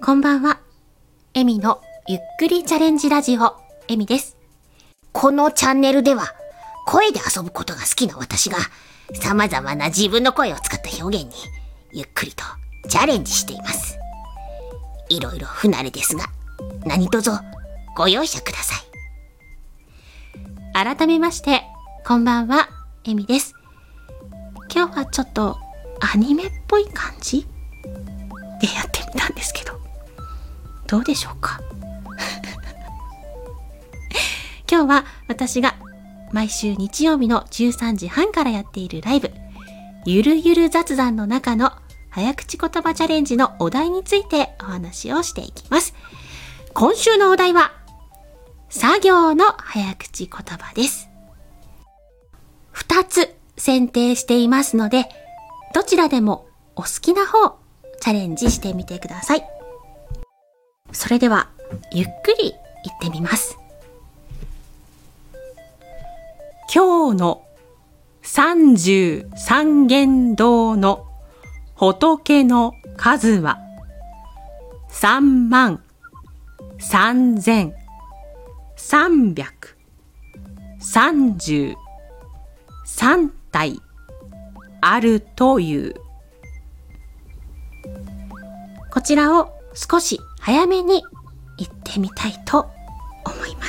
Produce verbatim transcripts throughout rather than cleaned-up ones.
こんばんは。エミのゆっくりチャレンジラジオ、エミです。 このチャンネルでは、声で遊ぶことが好きな私が、様々な自分の声を使った表現に、ゆっくりとチャレンジしています。いろいろ不慣れですが、何卒ご容赦ください。 改めまして、こんばんは、エミです。今日はちょっとアニメっぽい感じでやってみたんですけど、どうでしょうか今日は私が毎週日曜日のじゅうさんじはんからやっているライブ、ゆるゆる雑談の中の早口言葉チャレンジのお題についてお話をしていきます。今週のお題は、作業の早口言葉です。ふたつ選定していますので、どちらでもお好きな方、チャレンジしてみてください。それでは、ゆっくり言ってみます。今日の三十三間堂の仏の数は三万三千三百三十三体あるという。こちらを少し早めに言ってみたいと思います。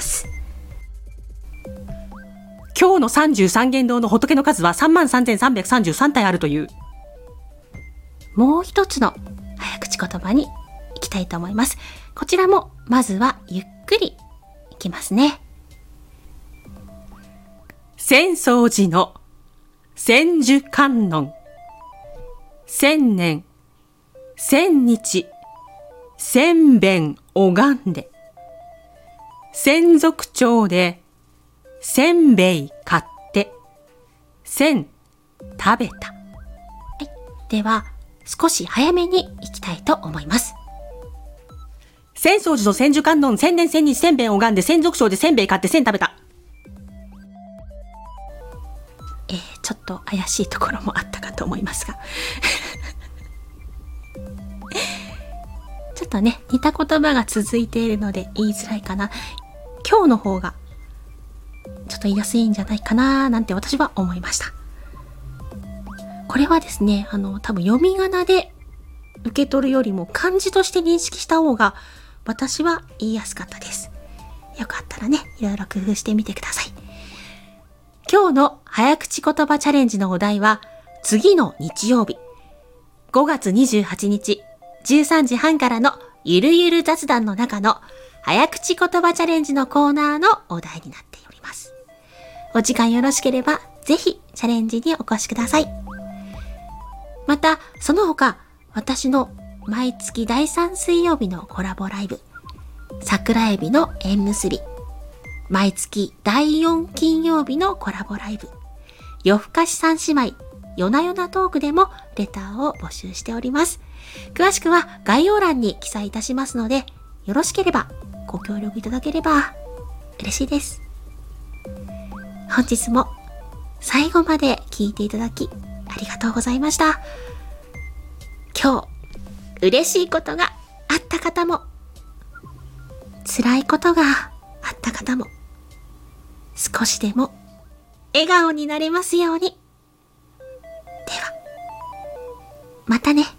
今日の三十三間堂の仏の数は三万三千三百三十三体あるという。もう一つの早口言葉に行きたいと思います。こちらもまずはゆっくりいきますね。浅草寺の千手観音、千年、千日、千遍拝んで、千族町でせんべい買って、千食べた。はい。では、少し早めに行きたいと思います。浅草寺の千手観音、千年千日千遍拝んで、千族町でせんべい買って千食べた。えー、ちょっと怪しいところもあったかと思いますが。ちょっとね、似た言葉が続いているので言いづらいかな。今日の方が、ちょっと言いやすいんじゃないかななんて私は思いました。これはですね、あの、多分読み仮名で受け取るよりも漢字として認識した方が私は言いやすかったです。よかったらね、いろいろ工夫してみてください。今日の早口言葉チャレンジのお題は、次の日曜日、ごがつにじゅうはちにち、じゅうさんじはんからのゆるゆる雑談の中の早口言葉チャレンジのコーナーのお題になっております。お時間よろしければ、ぜひチャレンジにお越しください。また、その他、私の毎月だいさん水曜日のコラボライブ、桜エビの縁結び、毎月だいよん金曜日のコラボライブ、夜更かし三姉妹、夜な夜なトークでもレターを募集しております。詳しくは概要欄に記載いたしますので、よろしければご協力いただければ嬉しいです。本日も最後まで聞いていただきありがとうございました。今日嬉しいことがあった方も、辛いことがあった方も、少しでも笑顔になれますように。では、またね。